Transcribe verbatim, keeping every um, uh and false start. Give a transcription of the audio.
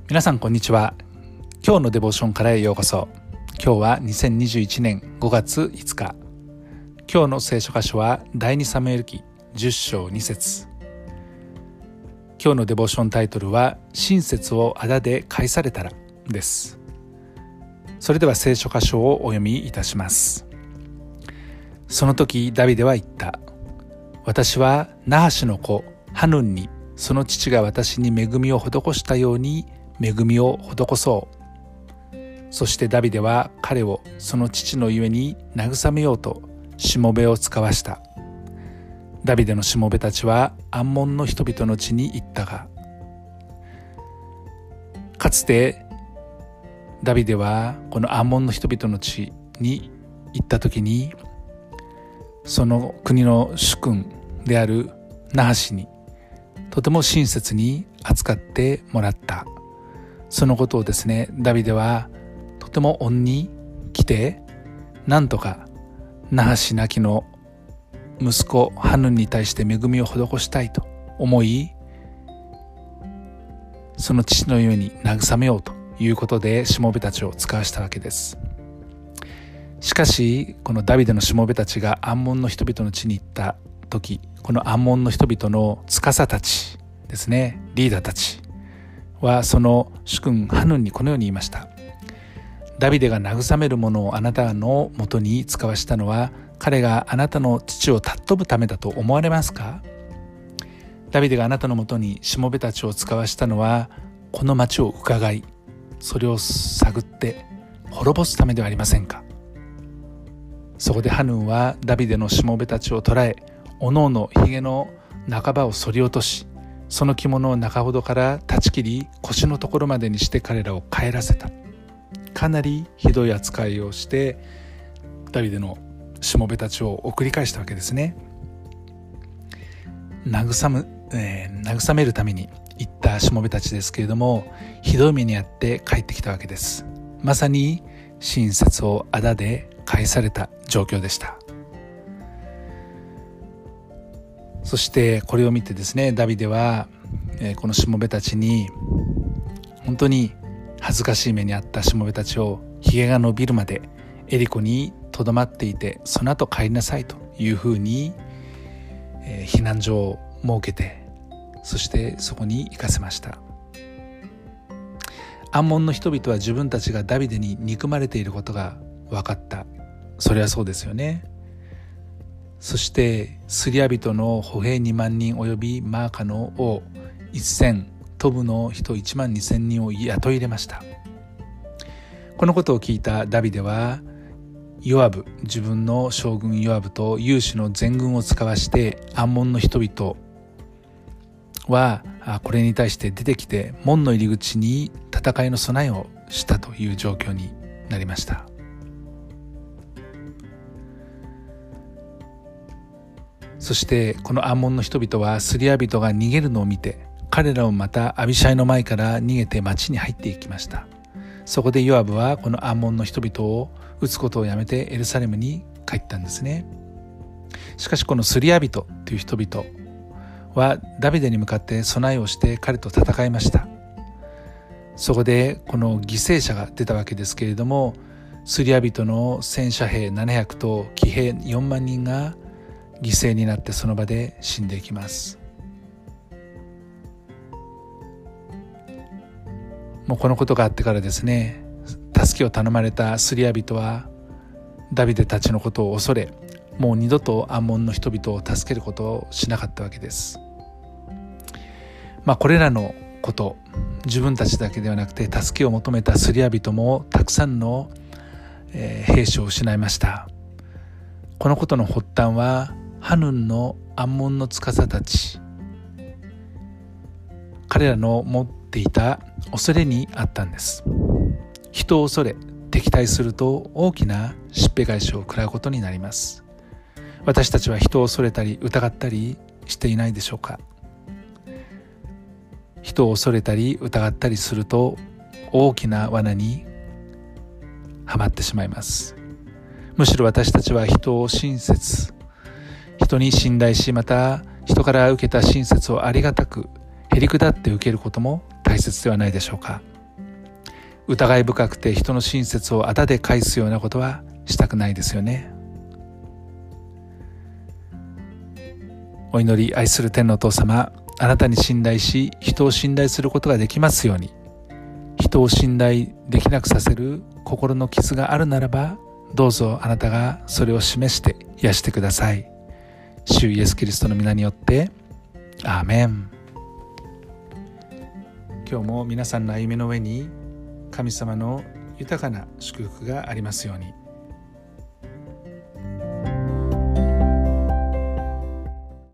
皆さんこんにちは。今日のデボーションからへようこそ。今日はにせんにじゅういちねんごがついつか。今日の聖書箇所は第二サムエル記じゅっしょうにせつ。今日のデボーションタイトルは親切をあだで返されたらです。それでは聖書箇所をお読みいたします。その時ダビデは言った。私はナハシの子ハヌンにその父が私に恵みを施したように恵みを施そう。そしてダビデは彼をその父のゆえに慰めようとしもべを使わした。ダビデのしもべたちはアンモンの人々の地に行ったが、かつてダビデはこのアンモンの人々の地に行った時に、その国の主君であるナハシにとても親切に扱ってもらった。そのことをですね、ダビデはとても恩に来て、なんとかナハシ亡きの息子ハヌンに対して恵みを施したいと思い、その父のように慰めようということでしもべたちを使わしたわけです。しかしこのダビデのしもべたちがアンモンの人々の地に行った時、このアンモンの人々の司たちですね、リーダーたちはその主君ハヌンにこのように言いました。ダビデが慰めるものをあなたのもとに使わしたのは、彼があなたの父を尊ぶためだと思われますか？ダビデがあなたのもとにしもべたちを使わしたのは、この町を伺い、それを探って滅ぼすためではありませんか？そこでハヌンはダビデのしもべたちを捕らえ、おのおのひげの半ばを剃り落とし、その着物を中ほどから断ち切り、腰のところまでにして彼らを帰らせた。かなりひどい扱いをしてダビデのしもべたちを送り返したわけですね。慰む、えー、慰めるために行ったしもべたちですけれども、ひどい目にあって帰ってきたわけです。まさに親切をあだで返された状況でした。そしてこれを見てですね、ダビデは、えー、このしもべたちに本当に恥ずかしい目にあったしもべたちをひげが伸びるまでエリコにとどまっていて、その後帰りなさいというふうに、えー、避難所を設けて、そしてそこに行かせました。アンモンの人々は自分たちがダビデに憎まれていることが分かった。それはそうですよね。そしてスリア人の歩兵にまんにんおよびマーカの王いっせん、トブの人いちまんにせんにんを雇い入れました。このことを聞いたダビデはヨアブ、自分の将軍ヨアブと勇士の全軍を使わしてアンモンの人々はこれに対して出てきて門の入り口に戦いの備えをしたという状況になりました。そしてこのアンモンの人々はスリア人が逃げるのを見て、彼らをまたアビシャイの前から逃げて町に入っていきました。そこでヨアブはこのアンモンの人々を撃つことをやめてエルサレムに帰ったんですね。しかしこのスリア人という人々はダビデに向かって備えをして彼と戦いました。そこでこの犠牲者が出たわけですけれども、スリア人の戦車兵ななひゃくと騎兵よんまんにんが犠牲になってその場で死んでいきます。もうこのことがあってからですね、助けを頼まれたスリア人はダビデたちのことを恐れ、もう二度とアンモンの人々を助けることをしなかったわけです。まあこれらのこと、自分たちだけではなくて助けを求めたスリア人もたくさんの、えー、兵士を失いました。このことの発端はハヌンのアンモンの司たち、彼らの持っていた恐れにあったんです。人を恐れ敵対すると大きなしっぺ返しを食らうことになります。私たちは人を恐れたり疑ったりしていないでしょうか？人を恐れたり疑ったりすると大きな罠にはまってしまいます。むしろ私たちは人を親切、人に信頼し、また人から受けた親切をありがたくへりくだって受けることも大切ではないでしょうか。 疑い深くて人の親切をあだで返すようなことはしたくないですよね。お祈り、愛する天のお父様、あなたに信頼し、人を信頼することができますように。人を信頼できなくさせる心の傷があるならば、どうぞあなたがそれを示して癒してください。主イエスキリストの皆によって、アーメン。今日も皆さんの歩みの上に神様の豊かな祝福がありますように。